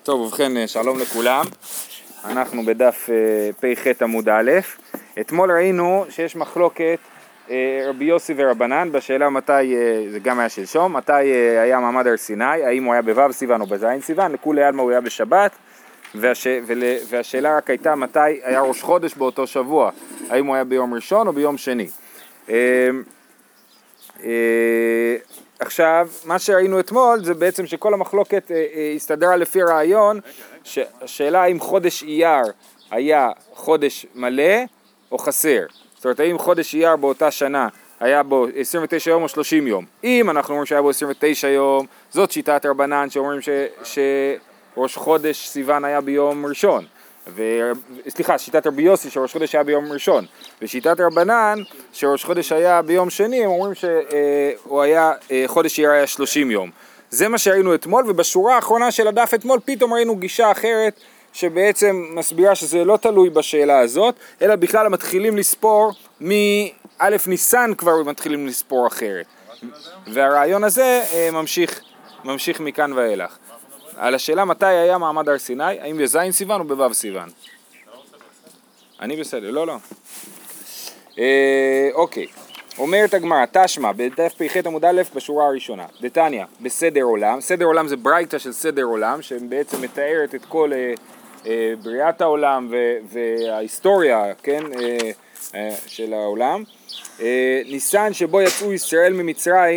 טוב, ובכן, שלום לכולם. אנחנו בדף פ"ח עמוד א'. אתמול ראינו שיש מחלוקת רבי יוסי ורבנן בשאלה מתי, זה גם היה שלשום, מתי היה מעמד הר סיני, האם הוא היה בו' סיוון או בז' סיוון, לכולי עלמא הוא היה בשבת, והשאלה רק הייתה מתי היה ראש חודש באותו שבוע, האם הוא היה ביום ראשון או ביום שני. עכשיו, מה שראינו אתמול זה בעצם שכל המחלוקת הסתדרה לפי רעיון, שהשאלה האם חודש אייר היה חודש מלא או חסר. זאת אומרת, האם חודש אייר באותה שנה היה בו 29 יום או 30 יום. אם אנחנו אומרים שהיה בו 29 יום, זאת שיטת רבנן שאומרים שראש חודש סיוון היה ביום ראשון. סליחה, שיטת רבי יוסי שראש חודש היה ביום ראשון, ושיטת רבנן שראש חודש היה ביום שני, הם אומרים שהוא היה, חודש אייר היה 30 יום. זה מה שראינו אתמול, ובשורה האחרונה של הדף אתמול פתאום ראינו גישה אחרת שבעצם מסבירה שזה לא תלוי בשאלה הזאת, אלא בכלל מתחילים לספור מא' ניסן, כבר מתחילים לספור אחרת. והרעיון הזה ממשיך מכאן ואילך. על השאלה מתי היה מעמד הר סיני, האם בז' סיוון או בו' סיוון? אני בסדר, לא. אוקיי, אומרת הגמרא, תשמע, בדף פ"ח עמוד א' בשורה הראשונה, דתניא, בסדר עולם, סדר עולם זה ברייתא של סדר עולם, שבעצם מתארת את כל בריאת העולם וההיסטוריה, כן, של העולם. ניסן שבו יצאו ישראל ממצרים,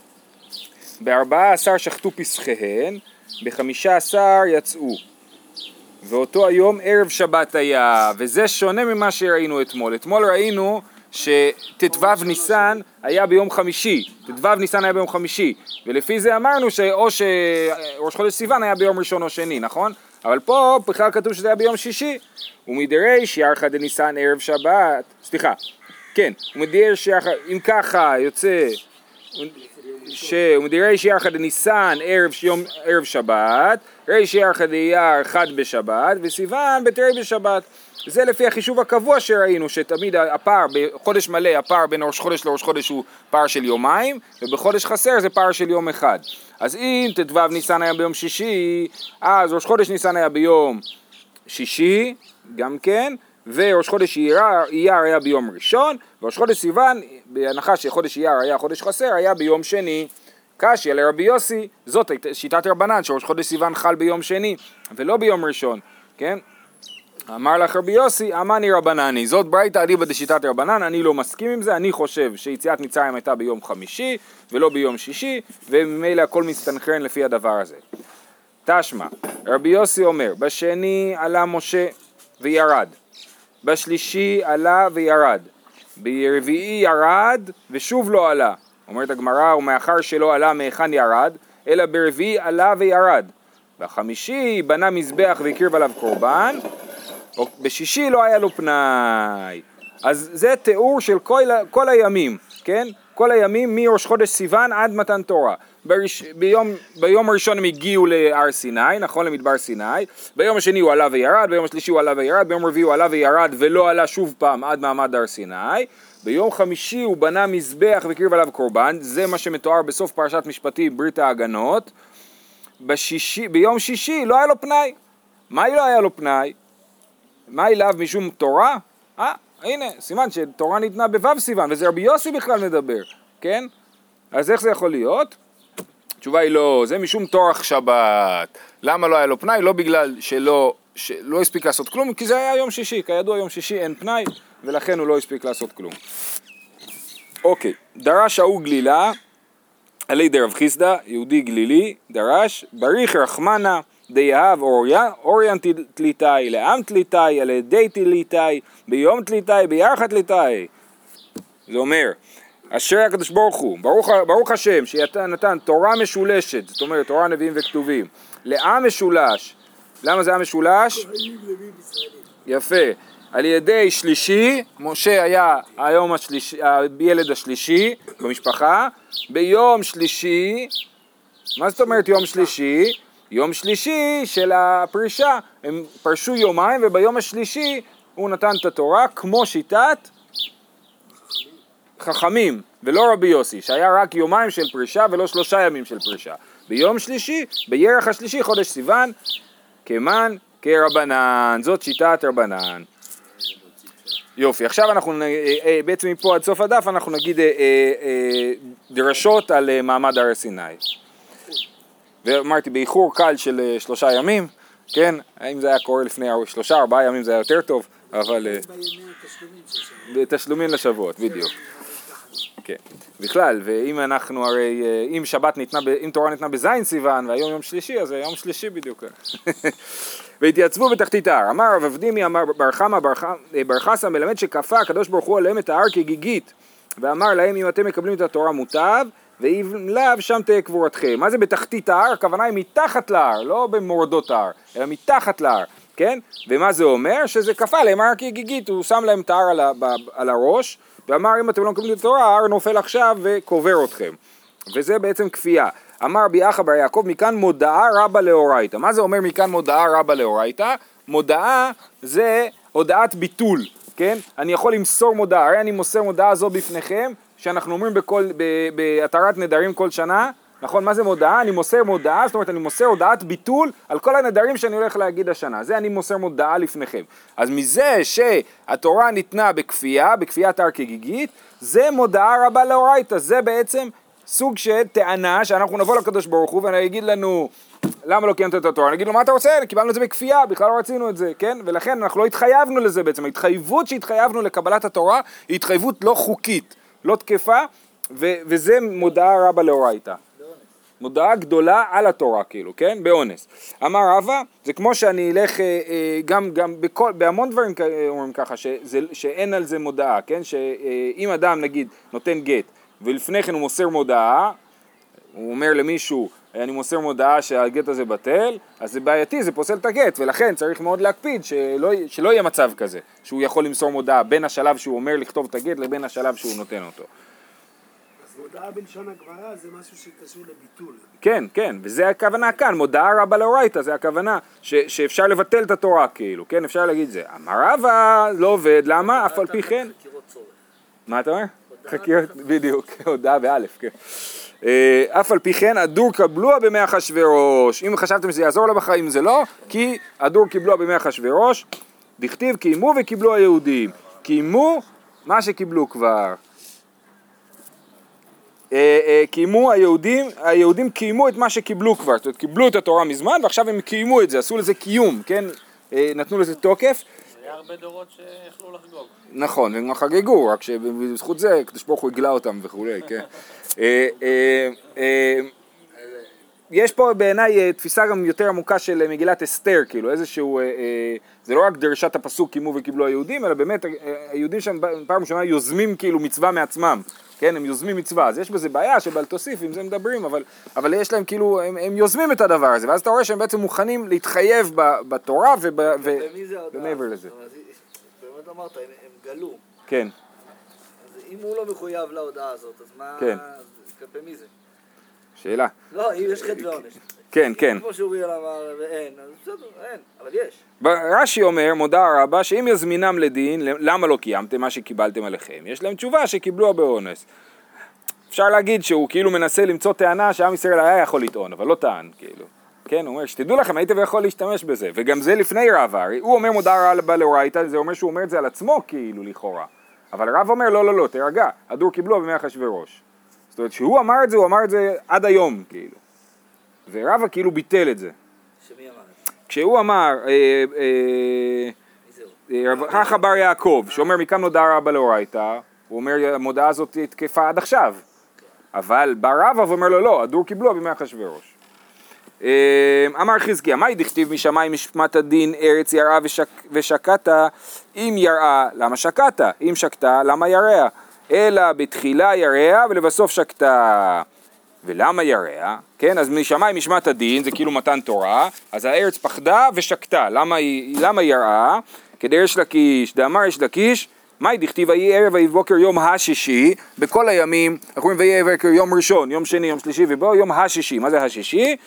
ב14 שחטו פסחיהן, ב15 יצאו, ואותו היום ערב שבת היה, וזה שונה ממה שראינו אתמול. אתמול ראינו שט"ו ניסן היה ביום חמישי, ט"ו ניסן היה ביום חמישי, ולפי זה אמרנו שאו שראש חודש סיוון היה ביום ראשון או שני, נכון? אבל פה בכלל כתוב שזה היה ביום שישי, ומדרש ירחא דניסן ערב שבת, סליחה, כן, ומדרש ירחא, אם ככה יוצא ומדרש ירחא דניסן ערב שבת, ריש ירחא דאייר חד בשבת, וסיוון בתרי בשבת. זה לפי החישוב הקבוע שראינו, שתמיד הפער, בחודש מלא הפער בין ראש חודש לראש חודש הוא פער של יומיים, ובחודש חסר זה פער של יום אחד. אז אם ט"ו ניסן היה ביום שישי, אז ראש חודש ניסן היה ביום שישי, גם כן, וראש חודש אייר היה ביום ראשון, וראש חודש סיוון, בהנחה שחודש אייר היה חודש חסר, היה ביום שני. קשיא לרבי יוסי, זאת שיטת רבנן, שראש חודש סיוון חל ביום שני, ולא ביום ראשון, כן? אמר לך רבי יוסי, אמני רבנני, זאת ברייתא אליבא דשיטת רבנן, אני לא מסכים עם זה, אני חושב שיציאת מצרים הייתה ביום חמישי, ולא ביום שישי, וממילא הכל מסתנכרן לפי הדבר הזה. תשמע, רבי יוסי אומר, בשני עלה משה וירד, בשלישי עלה וירד, ברביעי ירד ושוב לא עלה. אומרת הגמרא, ומאחר שלא עלה מהיכן ירד, אלא ברביעי עלה וירד. בחמישי בנה מזבח והקריב עליו קורבן, בשישי לא היה לו פנאי. אז זה תיאור של כל הימים, כן? כל הימים מראש חודש סיוון עד מתן תורה. ביום הראשון הם הגיעו להר סיני, נכון, למדבר סיני, ביום השני הוא עלה וירד, ביום השלישי הוא עלה וירד, ביום רביעי הוא עלה וירד ולא עלה שוב פעם עד מעמד הר סיני, ביום חמישי הוא בנה מזבח והקריב עליו קורבן, זה מה שמתואר בסוף פרשת משפטים, ברית ההגנות. ביום שישי לא היה לו פנאי. מה לא היה לו פנאי? מה אליו משום תורה? הנה, סימן שתורה ניתנה בו' סיוון, וזה רבי יוסי בכלל מדבר, כן? אז איך זה יכול להיות? התשובה היא לא, זה משום תורך שבת. למה לא היה לו פנאי? לא בגלל שלא הספיק לעשות כלום, כי זה היה יום שישי, כידוע יום שישי אין פנאי, ולכן הוא לא הספיק לעשות כלום. אוקיי, דרש ההוא גלילה, עלי דרב חיסדא, יהודי גלילי, דרש, בריך רחמנה, דייהב אוריין תליטאי, לעם תליטאי, על ידי תליטאי, ביום תליטאי, בירחא תליטאי. זה אומר, אשר הקדוש ברוך הוא, ברוך השם, שנתן תורה משולשת, זאת אומרת, תורה נביאים וכתובים, לעם משולש. למה זה היה משולש? יפה. על ידי שלישי, משה היה היום הילד השלישי במשפחה, ביום שלישי, מה זאת אומרת יום שלישי? יום שלישי של הפרישה, הם פרשו יומיים וביום השלישי הוא נתן את התורה כמו שיטת חכמים ולא רבי יוסי, שהיה רק יומיים של פרישה ולא 3 ימים של פרישה. ביום שלישי, בירח השלישי, חודש סיוון, כמן כרבנן, זאת שיטת רבנן. יופי, עכשיו אנחנו בעצם מפה עד סוף הדף אנחנו נגיד דרשות על מעמד הר סיני. ואמרתי באיחור קל של 3 ימים, כן, האם זה היה קורה לפני 3-4 ימים זה היה יותר טוב, אבל בתשלומים לשבועות, בדיוק. כן, בכלל, ואם אנחנו הרי, אם שבת ניתנה, אם תורה ניתנה בזין סיוון והיום יום שלישי, אז זה יום שלישי בדיוק. והתייצבו בתחתית ההר, אמר רב אבדימי, אמר בר חמא בר חסא מלמד שכפה הקדוש ברוך הוא עליהם את ההר כגיגית, ואמר להם אם אתם מקבלים את התורה מוטב, ואם לאו שם תהיה קבורתכם. מה זה בתחתית ההר? הכוונה היא מתחת להר, לא במורדות ההר, אלא מתחת להר, כן? ומה זה אומר? שזה כפה להם הר כגיגית, הוא שם להם את ההר על הראש, ואמר אם אתם לא מקבלים את התורה, ההר נופל עכשיו וקובר אתכם. וזה בעצם כפייה. אמר בי אחא בר יעקב, מכאן מודעה רבה לאורייתא. מה זה אומר מכאן מודעה רבה לאורייתא? מודעה זה הודעת ביטול, כן? אני יכול למסור מודעה, הרי אני מוסר מודעה זו בפניכם, שאנחנו אומרים בהתרת נדרים כל שנה, נכון? מה זה מודעה? אני מוסר מודעה, זאת אומרת אני מוסר הודעת ביטול על כל הנדרים שאני הולך להגיד השנה, זה אני מוסר מודעה לפניכם. אז מזה שהתורה ניתנה בכפיית הר כגיגית, זה מודעה רבה לאורייתא, זה בעצם סוג של טענה שאנחנו נבוא לקדוש ברוך הוא ואני אגיד לנו למה לא קיימת את התורה, נגיד לו מה אתה רוצה, קיבלנו את זה בכפייה, בכלל לא רצינו את זה, כן? ולכן אנחנו לא התחייבנו לזה בעצם, ההתחייבות שהתחייבנו לקבלת התורה היא התחייבות לא חוקית, לא תקפה, וזה מודעה רבה לאורייתא. מודעה גדולה על התורה כאילו, כן? באונס. אמר רבא, זה כמו שאני אלך גם בהמון דברים אומרים ככה, שאין על זה מודעה, כן? שאם אדם נגיד נותן גט, ולפני כן הוא מוסר מודעה, הוא אומר למישהו, אני מוסר מודעה שהגט הזה בטל, אז זה בעייתי, זה פוסל את הגט, ולכן צריך מאוד להקפיד שלא יהיה מצב כזה, שהוא יכול למסור מודעה בין השלב שהוא אומר לכתוב את הגט לבין השלב שהוא נותן אותו. מודעה בלשון הגמרא זה משהו שקשור לביטול. כן, כן, וזה הכוונה כאן, מודעה רבה לאורייתא, זה הכוונה שאפשר לבטל את התורה כאילו, כן, אפשר להגיד זה. אמר רבא לא עובד, למה? אף על פי כן. מה אתה אומר? חקירות, בדיוק, הודעה באלף, כן. אף על פי כן, הדור קבלוה בימי אחשוורוש. אם חשבתם שזה יעזור לה בחיים, זה לא, כי הדור קיבלוה בימי אחשוורוש, דכתיב קיימו וקיבלו היהודים. קיימו מה שקיבלו כבר. קיימו היהודים קיימו את מה שקיבלו כבר, זאת אומרת, קיבלו את התורה מזמן ועכשיו הם קיימו את זה, עשו לזה קיום, כן, נתנו לזה תוקף. היה הרבה דורות שיכלו לחגוג. נכון, והם חגגו, רק שבזכות זה הקדוש ברוך הוא הגלה אותם וכולי, כן. יש פה בעיניי תפיסה גם יותר עמוקה של מגילת אסתר, כאילו איזשהו, זה לא רק דרשת הפסוק קיימו וקיבלו היהודים, אלא באמת היהודים שם פעם ראשונה יוזמים כאילו מצווה מעצמם, כן, הם יוזמים מצווה, אז יש בזה בעיה שבל תוסיף, עם זה מדברים, אבל יש להם כאילו, הם יוזמים את הדבר הזה, ואז אתה רואה שהם בעצם מוכנים להתחייב בתורה ומעבר לזה. באמת אמרת, הם גלו. כן. אז אם הוא לא מחויב להודעה הזאת, אז מה, כלפי מי זה? שאלה. לא, אם יש חטא ועונש. כן, כן. כמו שאוריאל אמר, ואין, אז בסדר, אין, אבל יש. רש"י אומר, מודעה רבה, שאם יזמינם לדין, למה לא קיימתם מה שקיבלתם עליכם? יש להם תשובה שקיבלו באונס. אפשר להגיד שהוא כאילו מנסה למצוא טענה שעם ישראל היה יכול לטעון, אבל לא טען, כאילו. כן, הוא אומר, שתדעו לכם, הייתם יכול להשתמש בזה, וגם זה לפני רבא, הוא אומר מודעה רבה לאורייתא, זה אומר שהוא אומר את זה על עצמו, כאילו, לכאורה. אבל רב אומר, לא, לא, לא, תרגע, הדור קיבלו בימי אחשוורוש. זאת אומרת, שהוא אמר את זה, הוא אמר את זה עד היום, כאילו. ורבא כאילו ביטל את זה. שמי אמר את זה? כשהוא אמר, אחא בר יעקב, שאומר מכאן מודעה רבה לאורייתא, הוא אומר, המודעה הזאת תקפה עד עכשיו. אבל בא רבא ואומר לו, לא, הדור קיבלו בימי אחשוורוש. אמר חזקיה, מהי דכתיב משמיים משפט הדין ארץ יראה ושקעת? אם יראה, למה שקעת? אם שקתה, למה יראה? אלא בתחילה יראה ולבסוף שקתה. ולמה יראה? כן, אז משמיים משפט הדין זה כאילו מתן תורה, אז הארץ פחדה ושקתה. למה יראה? כדרש לקיש, דאמר יש לקיש, מהי דכתיב ויהי ערב ויהי בוקר יום השישי, בכל הימים, אנחנו רואים ויהי בוקר יום ראשון, יום שני, יום שלישי, ובו יום השישי. מה זה השישי?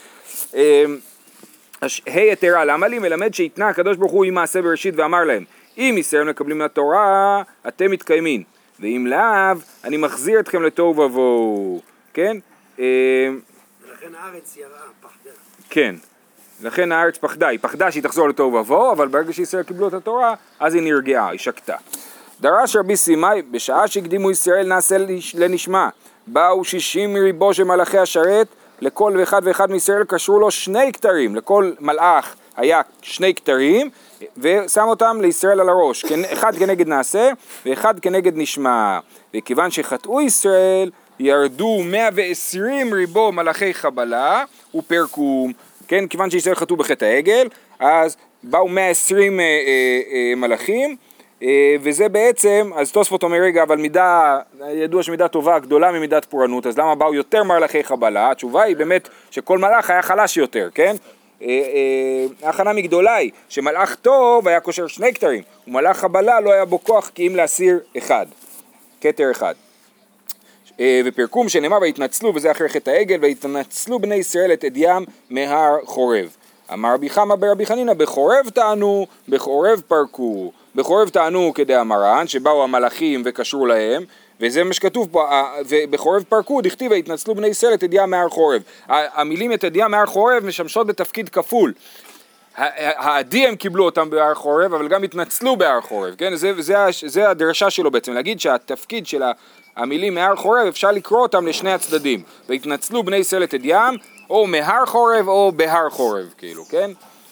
יתרה, למה לי? מלמד שהתנה הקדוש ברוך הוא עם מעשה בראשית ואמר להם, אם ישראל מקבלים לתורה, אתם מתקיימים, ואם לאו, אני מחזיר אתכם לתוהו ובוהו, כן? ולכן הארץ יראה, פחדה. כן. לכן הארץ פחדה, היא פחדה שהיא תחזור לתוהו ובוהו, אבל ברגע שישראל קיבלו את התורה, אז היא נרגעה, היא שקטה. דרש רבי סימאי, בשעה שהקדימו ישראל נעשה לנשמע, באו 60 מריבו של מלאכי השרת, לכל אחד ואחד מישראל קשרו לו 2 כתרים, לכל מלאך היה 2 כתרים, ושם אותם לישראל על הראש, אחד כנגד נעשה, ואחד כנגד נשמע. וכיוון שחטאו ישראל, ירדו 120 ריבו מלאכי חבלה ופרקום, כן, כיוון שישראל חטאו בחטא העגל, אז באו 120 מלאכים, וזה בעצם, אז תוספות אומר רגע, אבל מידה, ידוע שמידה טובה גדולה ממידת פורענות, אז למה באו יותר מלאכי חבלה? התשובה היא באמת שכל מלאך היה חלש יותר, כן? ההכנה מגדולה היא שמלאך טוב היה קושר 2 כתרים, ומלאך חבלה לא היה בו כוח כי אם להסיר כתר אחד. ופרקום שנאמר והתנצלו, וזה אחרי חטא העגל, והתנצלו בני ישראל את אדים מהר חורב. אמר רבי חמא ברבי חנינא, בחורב טענו, בחורב פרקו. בחורב טענו כדאמרן, שבאו המלאכים וקשרו להם, וזה מה שכתוב פה, ובחורב פרקו, דכתיב והתנצלו בני ישראל את אדים מהר חורב. המילים את אדים מהר חורב משמשות בתפקיד כפול. העדי הם קיבלו אותם בהר חורב, אבל גם התנצלו בהר חורב, כן? זה הדרשה שלו בעצם, להגיד שהתפקיד של המילים מהר חורב אפשר לקרוא אותם לשני הצדדים, והתנצלו בני ישראל את אדים, או מהר חורב או בהר חורב, כאילו, כן?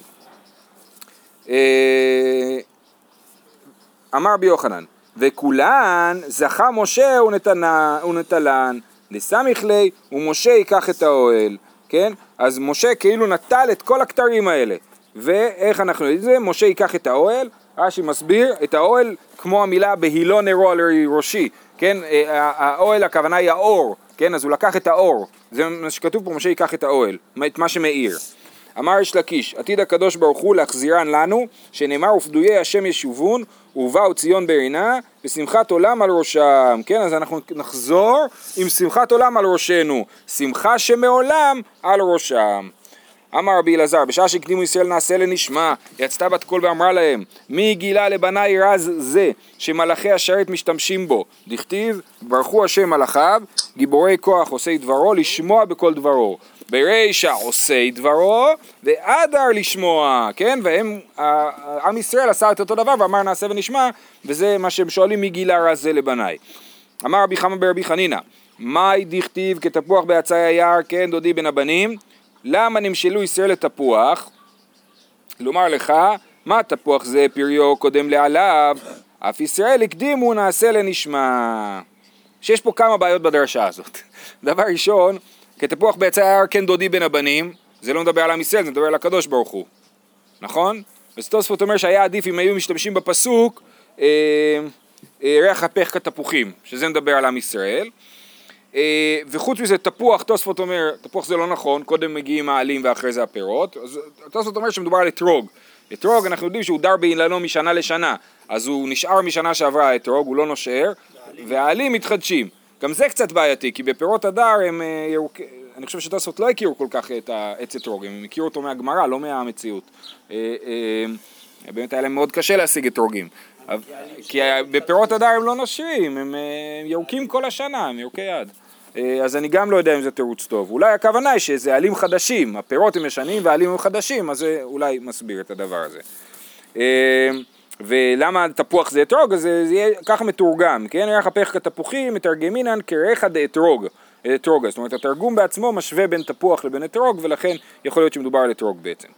אמר רבי יוחנן, וכולן זכה משה ונטלן, לסמיך לי ומשה ייקח את האוהל, כן? אז משה כאילו נטל את כל הכתרים האלה, ואיך אנחנו יודעים את זה? משה ייקח את האוהל, רש"י מסביר את האוהל כמו המילה בהילו נרו על ראשי, כן? האוהל הכוונה היא האור, כן? אז הוא לקח את האור, זה מה שכתוב פה, משה ייקח את האוהל, את מה שמאיר. אמר יש לקיש, עתיד הקדוש ברוך הוא להחזירן לנו, שנאמר ופדויי השם ישובון, ובאו ציון בעינה, ושמחת עולם על ראשם, כן? אז אנחנו נחזור עם שמחת עולם על ראשנו, שמחה שמעולם על ראשם. אמר רבי אלעזר, בשעה שהקדימו ישראל נעשה לנשמע, יצתה בת קול ואמרה להם, מי גילה לבניי רז זה, שמלאכי השרת משתמשים בו, דכתיב, ברכו השם מלאכיו, גיבורי כוח עושי דברו, לשמוע בכל דברו, ברישא עושי דברו, ואדר לשמוע, כן? והם, עם ישראל עשה את אותו דבר, ואמר נעשה ונשמע, וזה מה שהם שואלים, מי גילה רז זה לבניי. אמר רבי חמא ברבי חנינא, מאי דכתיב כתפוח בעצי היער, כן דודי בן הבנים, למה נמשלו ישראל לתפוח? לומר לך, מה תפוח זה פריו קודם לעליו? אף ישראל הקדימו נעשה לנשמע. שיש פה כמה בעיות בדרשה הזאת. דבר ראשון, כתפוח בעצי היער כן דודי בן הבנים, זה לא מדבר על עם ישראל, זה מדבר על הקדוש ברוך הוא. נכון? אז תוספות אומר שהיה עדיף אם היו משתמשים בפסוק, ריח הפך כתפוחים, שזה מדבר על עם ישראל. וחוץ מזה תפוח, תוספות אומר, תפוח זה לא נכון, קודם מגיעים העלים ואחרי זה הפירות, אז תוספות אומר שמדובר על אתרוג. אתרוג אנחנו יודעים שהוא דר באילנו משנה לשנה, אז הוא נשאר משנה שעברה האתרוג, הוא לא נושאר, והעלים מתחדשים. גם זה קצת בעייתי, כי בפירות הדר הם אני חושב שתוספות לא הכירו כל כך את העץ אתרוג, הם הכירו אותו מהגמרא, לא מהמציאות. באמת היה להם מאוד קשה להשיג אתרוגים. כי בפירות הדר הם לא נושרים, הם ירוקים כל השנה, הם ירוקי יד. אז אני גם לא יודע אם זה תירוץ טוב. אולי הכוונה היא שזה עלים חדשים, הפירות הם ישנים והעלים הם חדשים, אז זה אולי מסביר את הדבר הזה. ולמה תפוח זה אתרוג? אז זה יהיה ככה מתורגם, כן? ריח הפך כתפוחים, מתרגמינן כריחא דאתרוג. אתרוג, זאת אומרת התרגום בעצמו משווה בין תפוח לבין אתרוג, ולכן יכול להיות שמדובר על אתרוג בעצם.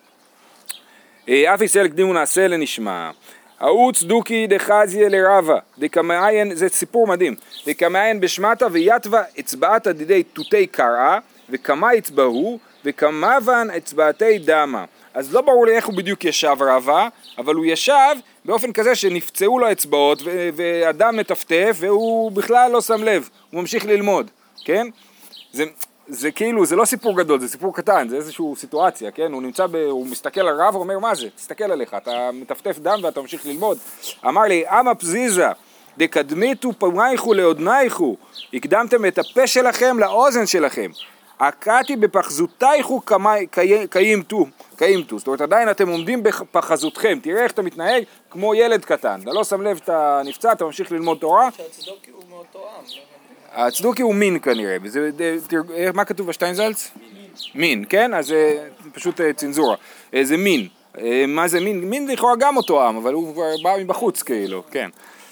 אף ישראל הקדימו נעשה לנשמע. העוץ דוקי דחזיה לרבה, דקמאיין, זה סיפור מדהים, דקמאיין בשמטה ויתווה אצבעת עדידי תותי קראה, וכמה אצבעו, וכמהוון אצבעתי דמה. אז לא ברור לי איך הוא בדיוק ישב רבה, אבל הוא ישב באופן כזה שנפצעו לו אצבעות, ואדם מטפטף, והוא בכלל לא שם לב, הוא ממשיך ללמוד, כן? זה כאילו, זה לא סיפור גדול, זה סיפור קטן, זה איזושהי סיטואציה, כן? הוא מסתכל על רב ואומר, מה זה? תסתכל עליך, אתה מטפטף דם ואתה ממשיך ללמוד. אמר לי, אמה פזיזה, דקדמיתו פמייכו לאודנייכו, הקדמתם את הפה שלכם לאוזן שלכם. הקעתי בפחזותייכו קיימתו. זאת אומרת, עדיין אתם עומדים בפחזותכם, תראה איך אתה מתנהג כמו ילד קטן. אתה לא שם לב, אתה נפצע, אתה ממשיך ללמוד תורה. שהצדוקי הוא מאותו עם. הצדוקי הוא מין כנראה, מה כתוב בשטיינזלץ? מין, כן? אז זה פשוט צנזורה. זה מין. מה זה מין? מין לכאורה גם אותו עם, אבל הוא כבר בא מבחוץ כאילו, כן.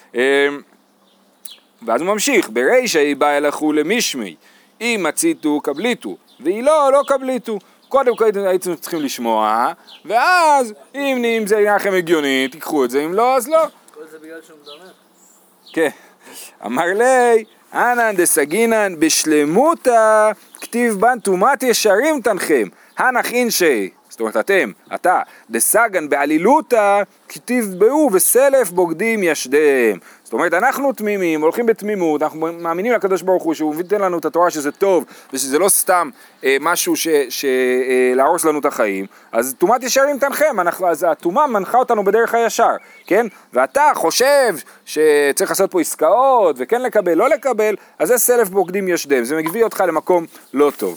ואז הוא ממשיך, ברישא היא באה לכו למשמי, אם מציתו קבליתו, והיא לא קבליתו. קודם כל הייתם צריכים לשמוע, ואז אם זה יהיה לכם הגיוני, תיקחו את זה, אם לא, אז לא. כל זה בגלל שהוא מדמה. כן. אמר לי, אנן דסגינן בשלמותה, כתיב בן תומת ישרים תנחם, הנח אינשי, זאת אומרת אתה, דסגן בעלילותה, כתיב באו וסלף בוגדים ישדם. זאת אומרת, אנחנו תמימים, הולכים בתמימות, אנחנו מאמינים לקדוש ברוך הוא, שהוא מביא לנו את התורה שזה טוב, ושזה לא סתם משהו להרוס לנו את החיים, אז תומת ישרים תנחם, אז התומה מנחה אותנו בדרך הישר, כן? ואתה חושב שצריך לעשות פה עסקאות, וכן לקבל, לא לקבל, אז זה סלף בוגדים ישדם, זה מביא אותך למקום לא טוב.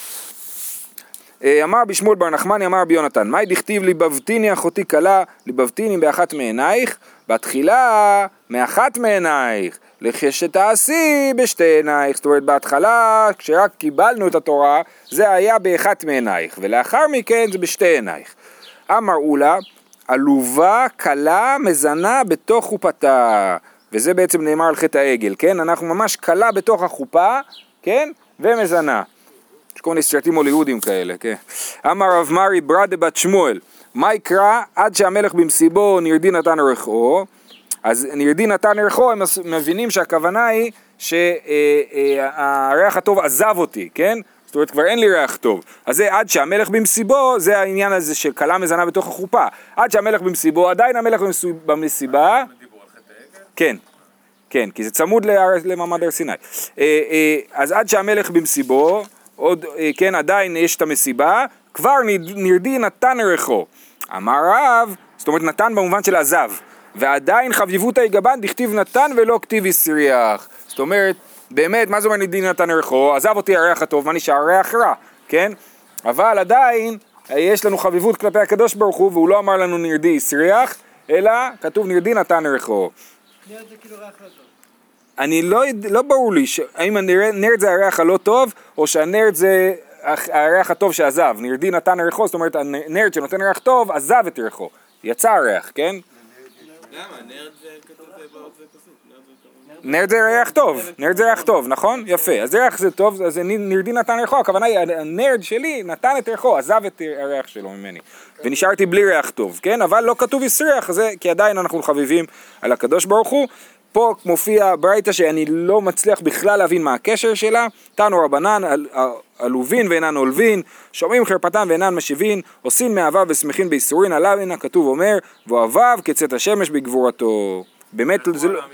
אמר בשמואל בר נחמני, אמר ביונתן, מהי דכתיב ליבבתיני אחותי כלה, ליבבתיני באחת מעינייך, בתחילה מאחת מעינייך, לכשתעשי בשתי עינייך. זאת אומרת, בהתחלה, כשרק קיבלנו את התורה, זה היה באחת מעינייך, ולאחר מכן זה בשתי עינייך. אמר אולה, עלובה כלה מזנה בתוך חופתה, וזה בעצם נאמר על חטא העגל, כן? אנחנו ממש כלה בתוך החופה, כן? ומזנה. יש כל מיני סרטים הוליוודים כאלה, כן? אמר רב מרי ברדה בת שמואל, מה יקרא עד שהמלך במסיבו נרדי נתן ערכו? אז נרדי נתן ערכו, הם מבינים שהכוונה היא שהריח הטוב עזב אותי, כן? זאת אומרת, כבר אין לי ריח טוב. אז זה עד שהמלך במסיבו, זה העניין הזה של כלה מזנה בתוך החופה. עד שהמלך במסיבו, עדיין המלך במסיבה. כן, כן, כי זה צמוד למעמד הר סיני. אז עד שהמלך במסיבו, עוד, כן, עדיין יש את המסיבה, כבר נרדי נתן ערכו. אמר רב, זאת אומרת נתן במובן של עזב, ועדיין חביבות היגבן דכתיב נתן ולא כתיב יסריח. זאת אומרת, באמת, מה זאת אומרת נרדי נתן ערכו? עזב אותי הריח הטוב, מה נשאר? הריח רע, כן? אבל עדיין יש לנו חביבות כלפי הקדוש ברוך הוא, והוא לא אמר לנו נרדי יסריח, אלא כתוב נרדי נתן ערכו. נרד זה כאילו ריח לא טוב. אני לא ברור לי, האם הנרד זה הריח הלא טוב, או שהנרד זה הריח הטוב שעזב. נרדי נתן ערכו, זאת אומרת, הנרד שנותן ריח טוב, עזב את ערכו. יצא הריח, כן? למה? נרד זה כתוב באות ופסוק. נרד זה ריח טוב, נרד זה ריח טוב, נכון? יפה. אז ריח זה טוב, אז נרדי נתן ערכו, הכוונה היא, הנרד שלי נתן את ערכו, עזב את הריח שלו ממני. ונשארתי בלי ריח טוב, כן? אבל לא כתוב יסריח, כי עדיין אנחנו חביבים על הקדוש ברוך הוא. פה מופיע ברייתא שאני לא מצליח בכלל להבין מה הקשר שלה. תנו רבנן, עלובין ואינן עולבין, שומעים חרפתם ואינן משיבין, עושים מאהביו ושמחין בייסורין, עליו הנה כתוב אומר, ואוהביו כצאת השמש בגבורתו. באמת זה לא...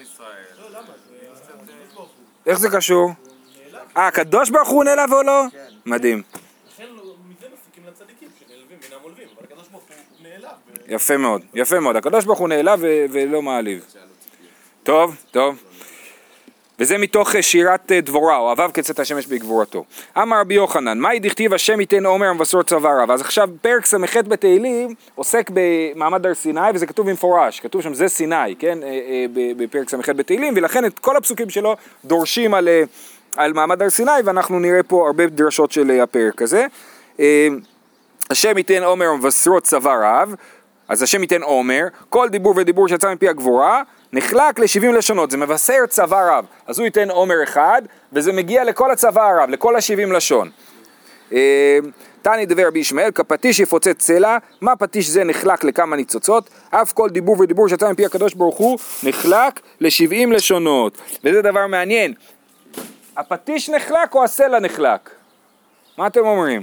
איך זה קשור? הקדוש ברוך הוא נעלב או לא? מדהים. לכן מזה מסיקים לצדיקים שנעלבים ואינם עולבים, אבל הקדוש ברוך הוא נעלב. יפה מאוד, יפה מאוד. הקדוש ברוך הוא נעלב ולא מעליב. טוב, טוב. וזה מתוך שירת דבורה, אוהביו כצאת השמש בגבורתו. אמר רבי יוחנן, מהי דכתיב השם ייתן עומר המבשר צבא רב? אז עכשיו פרק ס"ח בתהילים עוסק במעמד הר סיני, וזה כתוב במפורש, כתוב שם זה סיני, כן? בפרק ס"ח בתהילים, ולכן את כל הפסוקים שלו דורשים על מעמד הר סיני, ואנחנו נראה פה הרבה דרשות של הפרק הזה. השם ייתן עומר המבשרות צבא רב, אז השם ייתן עומר, כל דיבור ודיבור שיצא מפי הגבורה, נחלק ל70 לשונות, זה מבשר צבא רב, אז הוא ייתן עומר אחד, וזה מגיע לכל הצבא הרב, לכל ה70 לשון. תני דבר רבי ישמעאל, כפטיש יפוצץ צלע, מה פטיש זה נחלק לכמה ניצוצות, אף כל דיבור ודיבור שיצא מפי הקדוש ברוך הוא, נחלק ל70 לשונות, וזה דבר מעניין, הפטיש נחלק או הסלע נחלק? מה אתם אומרים?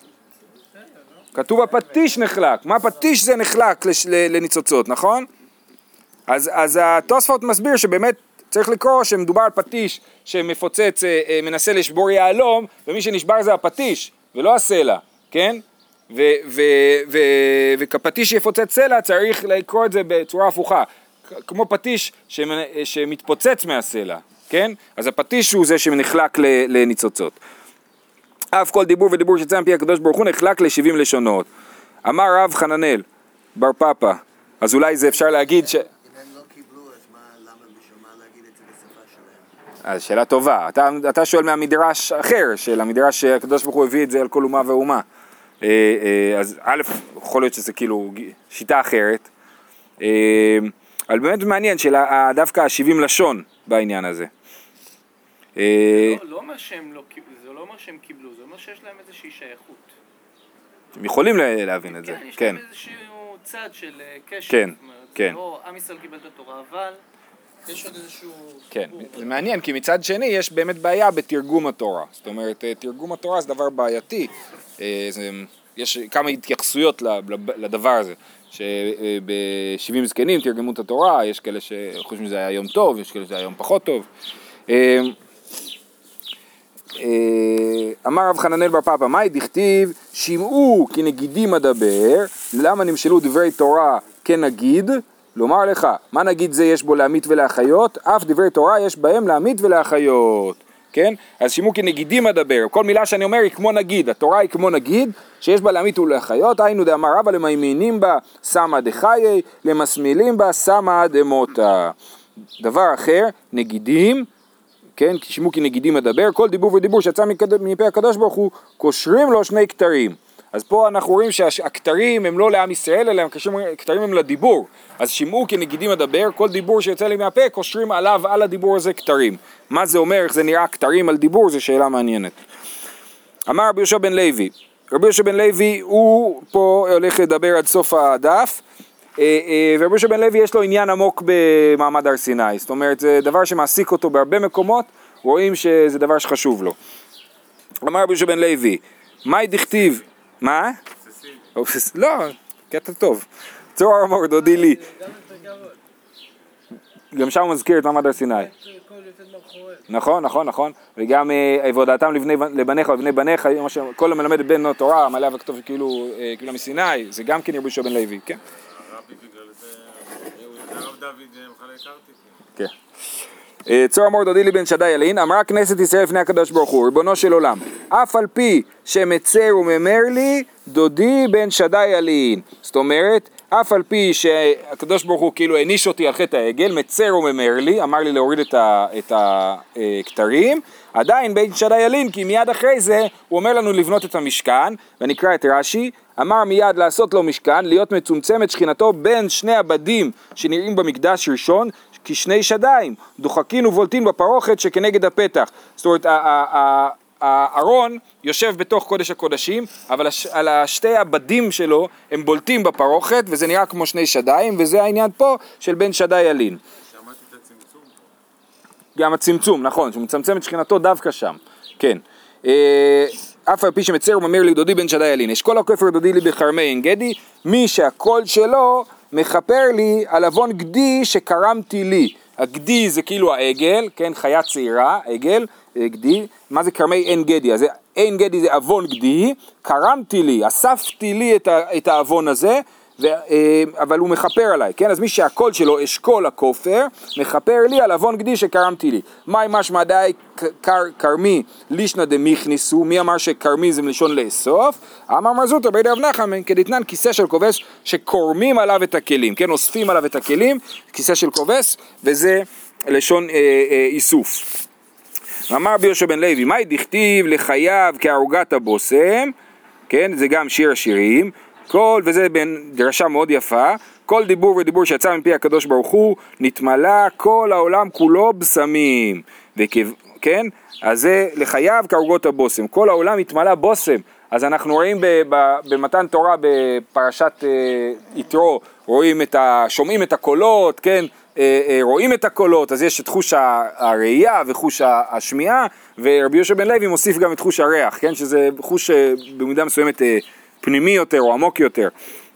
כתוב הפטיש נחלק, מה פטיש זה נחלק לניצוצות, נכון? אז התוספות מסביר שבאמת צריך לקרוא שמדובר על פטיש שמפוצץ, מנסה לשבור יהלום, ומי שנשבר זה הפטיש ולא הסלע, כן? וכפטיש שיפוצץ סלע צריך לקרוא את זה בצורה הפוכה, כמו פטיש שמתפוצץ מהסלע, כן? אז הפטיש הוא זה שנחלק לניצוצות. אף כל דיבור ודיבור שיצא מפי הקדוש ברוך הוא נחלק ל70 לשונות. אמר רב חננאל בר פפא, אז אולי זה אפשר להגיד ש... אם הם לא קיבלו, אז למה בשביל מה להגיד את זה בשפה אז שאלה טובה. אתה שואל מהמדרש אחר, של המדרש שהקדוש ברוך הוא הביא את זה על כל אומה ואומה. אז א', יכול להיות שזה כאילו שיטה אחרת. אבל באמת מעניין דווקא 70 לשון בעניין הזה. לא אומר שהם לא קיבלו, זה לא אומר שהם קיבלו, זה אומר שיש להם איזושהי שייכות. הם יכולים להבין את זה. כן, יש להם איזשהו צד של קשר. כן, כן. לא, עם ישראל קיבל את התורה, אבל יש עוד איזשהו... כן, זה מעניין, כי מצד שני יש באמת בעיה בתרגום התורה. זאת אומרת, תרגום התורה זה דבר בעייתי. יש כמה התייחסויות לדבר הזה. שב-70 זקנים תרגמו את התורה, יש כאלה שחושבים שזה היה יום טוב, יש כאלה שזה היה יום פחות טוב. אמר רב חננאל בר פפא, מאי דכתיב שמעו כי נגידים אדבר, למה נמשלו דברי תורה כנגיד? לומר לך, מה נגיד זה יש בו להמית ולהחיות? אף דברי תורה יש בהם להמית ולהחיות. כן? אז שמעו כי נגידים אדבר, כל מילה שאני אומר היא כמו נגיד, התורה היא כמו נגיד, שיש בה להמית ולהחיות, היינו דאמר רבא למיימינים בה סמא דחיי, למסמילים בה סמא דמותה. דבר אחר, נגידים, כן? שמעו כי נגידים אדבר, כל דיבור ודיבור שיצא מפה הקדוש ברוך הוא, קושרים לו שני כתרים. אז פה אנחנו רואים שהכתרים הם לא לעם ישראל, אלא הכתרים הם לדיבור. אז שמעו כי נגידים אדבר, כל דיבור שיוצא לי מהפה, קושרים עליו, על הדיבור הזה כתרים. מה זה אומר, איך זה נראה כתרים על דיבור, זו שאלה מעניינת. אמר רבי יהושע בן לוי, רבי יהושע בן לוי הוא פה הולך לדבר עד סוף הדף, ורבי יהושע בן לוי יש לו עניין עמוק במעמד הר סיני, זאת אומרת זה דבר שמעסיק אותו בהרבה מקומות, רואים שזה דבר שחשוב לו. אמר רבי יהושע בן לוי, מאי דכתיב, מה? לא, קטע טוב. צוהר אמור דודי לי. גם שם הוא מזכיר את מעמד הר סיני. נכון, נכון, נכון. וגם עבודתם לבניך ובני בניך, כל המלמד בן תורה, מלא וכתוב כאילו מסיני, זה גם כן רבי יהושע בן לוי, כן? הרבי בגלל זה, הרב דוד מחלה הכרתי. כן. צור אמור דודי לי בן שדי ילין, אמרה כנסת ישראל לפני הקדוש ברוך הוא, ריבונו של עולם, אף על פי שמצר וממר לי, דודי בן שדי ילין. זאת אומרת, אף על פי שהקדוש ברוך הוא כאילו העניש אותי על חטא העגל, מצר וממר לי, אמר לי להוריד את הכתרים, עדיין בן שדי ילין, כי מיד אחרי זה הוא אומר לנו לבנות את המשכן, ונקרא את רש"י, אמר מיד לעשות לו משכן, להיות מצומצמת שכינתו בין שני הבדים שנראים במקדש ראשון, כשני שדיים, דוחקין ובולטין בפרוכת שכנגד הפתח. זאת אומרת, הארון יושב בתוך קודש הקודשים, אבל על שתי הבדים שלו הם בולטים בפרוכת, וזה נראה כמו שני שדיים, וזה העניין פה של בן שדי ילין. שמעתי את הצמצום. גם הצמצום, נכון, שהוא מצמצם את שכינתו דווקא שם, כן. אף על פי שמצר וממר לי דודי בן שדי ילין, אשכול הכופר דודי לי בחרמי עין גדי, מי שהקול שלו מחפר לי על אבון גדי שקרמתי לי. הגדי זה כאילו העגל, כן, חיה צעירה, עגל, גדי. מה זה קרמי עין גדי? אז עין גדי זה אבון גדי, קרמתי לי, אספתי לי את האבון הזה, אבל הוא מחפר עליי, כן? אז מי שהקול שלו אשכול הכופר, מחפר לי על אבון גדי שקרמתי לי. מה משמע די קרמי לישנא דמיכניסו, מי אמר שקרמי זה מלשון לאסוף? אמר מר זוטרא בידי רב נחמן, כדתנן כיסא של כובס שקורמים עליו את הכלים, כן? אוספים עליו את הכלים, כיסא של כובס, וזה לשון איסוף. אמר רבי יהושע בן לוי, מאי דכתיב לחייב כערוגת הבושם, כן? זה גם שיר השירים. וזה דרשה מאוד יפה, כל דיבור ודיבור שיצא מפי הקדוש ברוך הוא, נתמלא כל העולם כולו בשמים, כן? אז זה לחייב כערוגות הבושם, כל העולם התמלא בושם, אז אנחנו רואים במתן תורה בפרשת יתרו, שומעים את הקולות, כן? רואים את הקולות, אז יש את חוש הראייה וחוש השמיעה, ורבי יהושע בן לוי מוסיף גם את חוש הריח, כן? שזה חוש במידה מסוימת פנימי יותר או עמוק יותר,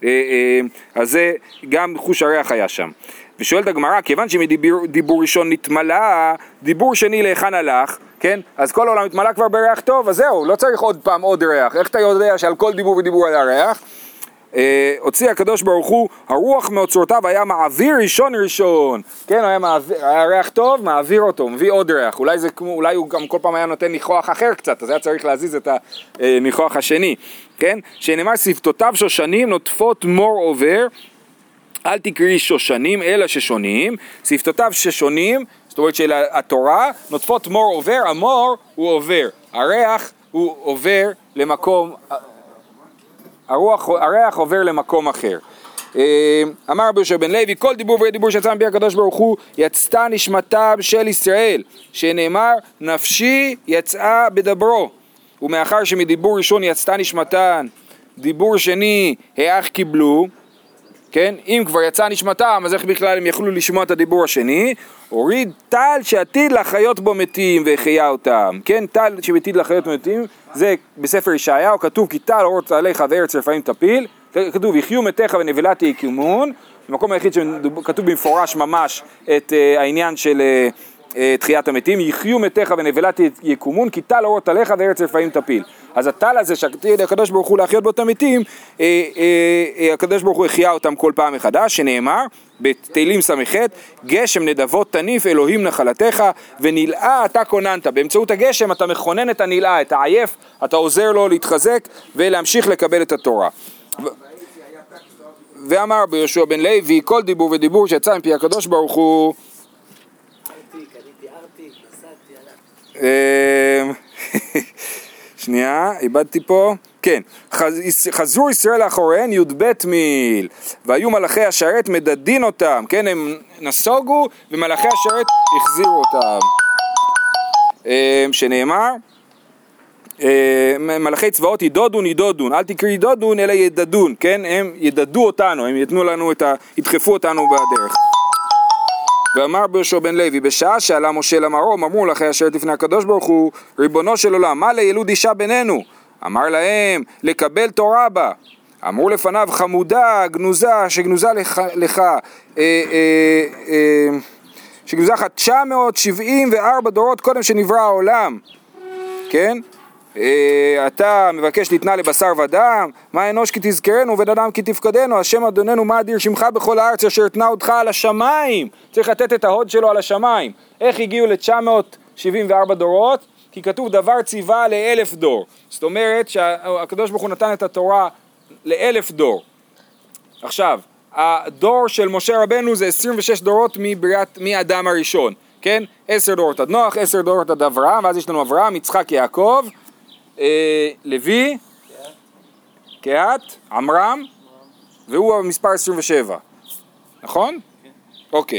אז זה גם חוש הריח היה שם. ושואלת הגמרא, כיוון שמדיבור ראשון נתמלא, דיבור שני להיכן הלך, כן? אז כל העולם נתמלא כבר בריח טוב, אז זהו, לא צריך עוד פעם עוד ריח. איך אתה יודע שעל כל דיבור ודיבור היה ריח? הוציא הקדוש ברוך הוא, הרוח מאוצרותיו היה מעביר ראשון, כן, היה ריח טוב, מעביר אותו, מביא עוד ריח, אולי הוא גם כל פעם היה נותן ניחוח אחר קצת, אז היה צריך להזיז את הניחוח השני, כן, שנאמר שפתותיו שושנים נוטפות מור עובר, אל תקראי שושנים אלא ששונים, שפתותיו ששונים, זאת אומרת שהתורה נוטפות מור עובר, המור הוא עובר, הריח הוא עובר למקום, הריח עובר למקום אחר. אמר רבי יהושע בן לוי, כל דיבור ודיבור שיצא מפי הקדוש ברוך הוא יצתה נשמתם של ישראל, שנאמר נפשי יצאה בדברו, ומאחר שמדיבור ראשון יצתה נשמתן, דיבור שני האח קיבלו, כן? אם כבר יצא נשמתם, אז איך בכלל הם יכלו לשמוע את הדיבור השני? הוריד טל שעתיד לחיות בו מתים והחיה אותם, כן? טל שעתיד לחיות מתים, זה בספר ישעיהו, כתוב כי טל אורות עליך וארץ רפאים תפיל, כתוב יחיו מתיך ונבלת יקומון, במקום היחיד שכתוב במפורש ממש את העניין של תחיית המתים, יחיו מתיך ונבלת יקומון, כי טל אורות עליך וארץ רפאים תפיל. אז הטל הזה שעתיד הקדוש ברוך הוא להחיות בו את המתים, הקדוש ברוך הוא החיה אותם כל פעם מחדש, שנאמר בתהילים ס"ח, גשם נדבות תניף אלוהים נחלתך ונלאה אתה כוננת. באמצעות הגשם אתה מכונן את הנלאה, את העייף, אתה עוזר לו להתחזק ולהמשיך לקבל את התורה. ואמר רבי יהושע בן לוי, כל דיבור ודיבור שיצא מפי הקדוש ברוך הוא שנייה, איבדתי פה, כן, חזרו ישראל לאחוריהן י"ב מיל, והיו מלאכי השרת מדדין אותם, כן, הם נסוגו ומלאכי השרת החזירו אותם, שנאמר, מלאכי צבאות ידודון ידודון, אל תקריא ידודון אלא ידדון, כן, הם ידדו אותנו, הם יתנו לנו ידחפו אותנו בדרך. ואמר יהושע בן לוי, בשעה שעלה משה למרום, אמרו מלאכי השרת לפני הקדוש ברוך הוא, ריבונו של עולם, מה לילוד אישה בינינו? אמר להם, לקבל תורה בה. אמרו לפניו, חמודה, גנוזה, שגנוזה לך, שגנוזה לך 974 דורות קודם שנברא העולם, כן? אתה מבקש לתנה לבשר ודם, מה אנוש כי תזכרנו ובן אדם כי תפקדנו, השם אדוננו מה אדיר שמך בכל הארץ אשר תנה אותך על השמיים. צריך לתת את ההוד שלו על השמיים. איך הגיעו ל-974 דורות? כי כתוב דבר ציווה ל1000 דור, זאת אומרת שהקדוש ברוך הוא נתן את התורה ל1000 דור. עכשיו, הדור של משה רבנו זה 26 דורות מאדם הראשון, כן? 10 דורות עד נוח, 10 דורות עד אברהם, ואז יש לנו אברהם, יצחק, יעקב, לוי, קהת, עמרם, והוא המספר 27, נכון? אוקיי.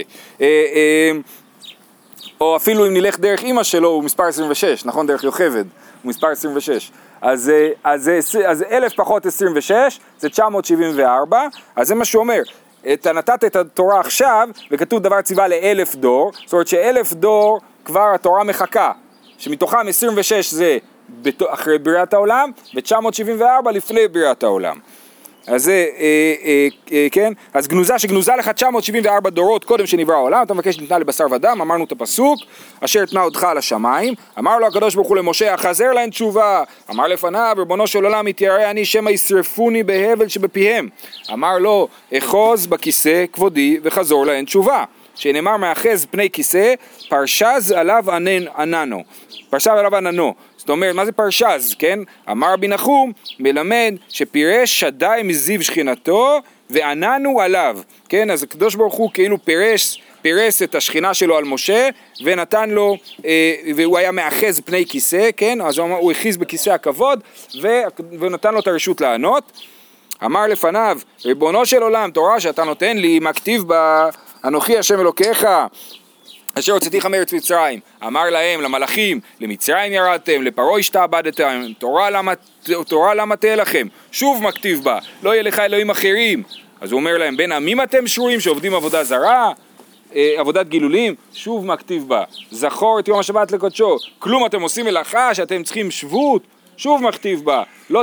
או אפילו אם נלך דרך אמא שלו הוא מספר 26, נכון? דרך יוכבד הוא מספר 26. אז 1000 פחות 26 זה 974, אז זה מה שהוא אומר. אתה נתת את התורה עכשיו וכתוב דבר ציווה ל1000 דור, זאת אומרת ש1000 דור כבר התורה מחכה, שמתוכם 26 זה אחרי בריאת העולם ו974 לפני בריאת העולם. אז זה, כן, אז גנוזה שגנוזה לך 974 דורות קודם שנברא העולם, אתה מבקש לתנה לבשר ודם, אמרנו את הפסוק, אשר תנה אותך על השמיים, אמר לו הקדוש ברוך הוא למשה, החזר להן תשובה, אמר לפניו, ריבונו של עולם, יתיירא אני שמא ישרפוני בהבל שבפיהם, אמר לו, אחוז בכיסא כבודי וחזור להן תשובה, שנאמר מאחז פני כיסא, פרשז עליו עננו, פרשז עליו עננו, זאת אומרת, מה זה פרשז, כן? אמר רבי נחום, מלמד שפירש שדי מזיו שכינתו ועננו עליו, כן? אז הקדוש ברוך הוא כאילו פירס את השכינה שלו על משה ונתן לו, והוא היה מאחז פני כיסא, כן? אז הוא הכיז בכיסא הכבוד ונתן לו את הרשות לענות. אמר לפניו, ריבונו של עולם, תורה שאתה נותן לי, מה כתיב בה, אנוכי השם אלוקיך, אשר הוצאתיך מארץ מצרים, אמר להם, למלאכים, למצרים ירדתם, לפרעה השתעבדתם, תורה למה תהיה לכם, שוב מכתיב בה, לא יהיה לך אלוהים אחרים. אז הוא אומר להם, בין עמים אתם שרויים שעובדים עבודה זרה, עבודת גילולים, שוב מכתיב בה, זכור את יום השבת לקודשו, כלום אתם עושים מלאכה שאתם צריכים שבות, שוב מכתיב בה, לא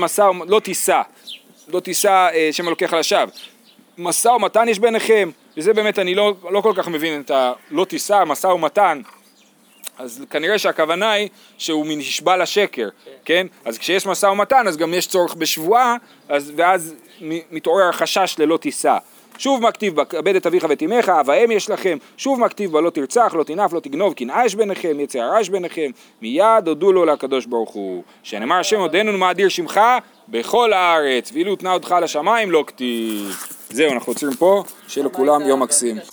תישא שם אלוקיך לשווא, משא ומתן יש ביניכם, וזה באמת אני לא כל כך מבין את לא תישא, משא ומתן, אז כנראה שהכוונה היא שהוא נשבע לשקר, כן? אז כשיש משא ומתן אז גם יש צורך בשבועה, ואז מתעורר החשש ללא תישא. שוב מכתיב בה, כבד את אביך ואת אמך, אב ואם יש לכם, שוב מכתיב בה, לא תרצח, לא תנף, לא תגנוב, קנאה יש ביניכם, יצר הרע יש ביניכם, מיד הודו לו לקדוש ברוך הוא, שנאמר השם עודנו מה אדיר שמך בכל הארץ, ואילו תנה אותך על השמיים לא כתיב. זהו, אנחנו עוצרים פה, שיהיה לכולם יום מקסים.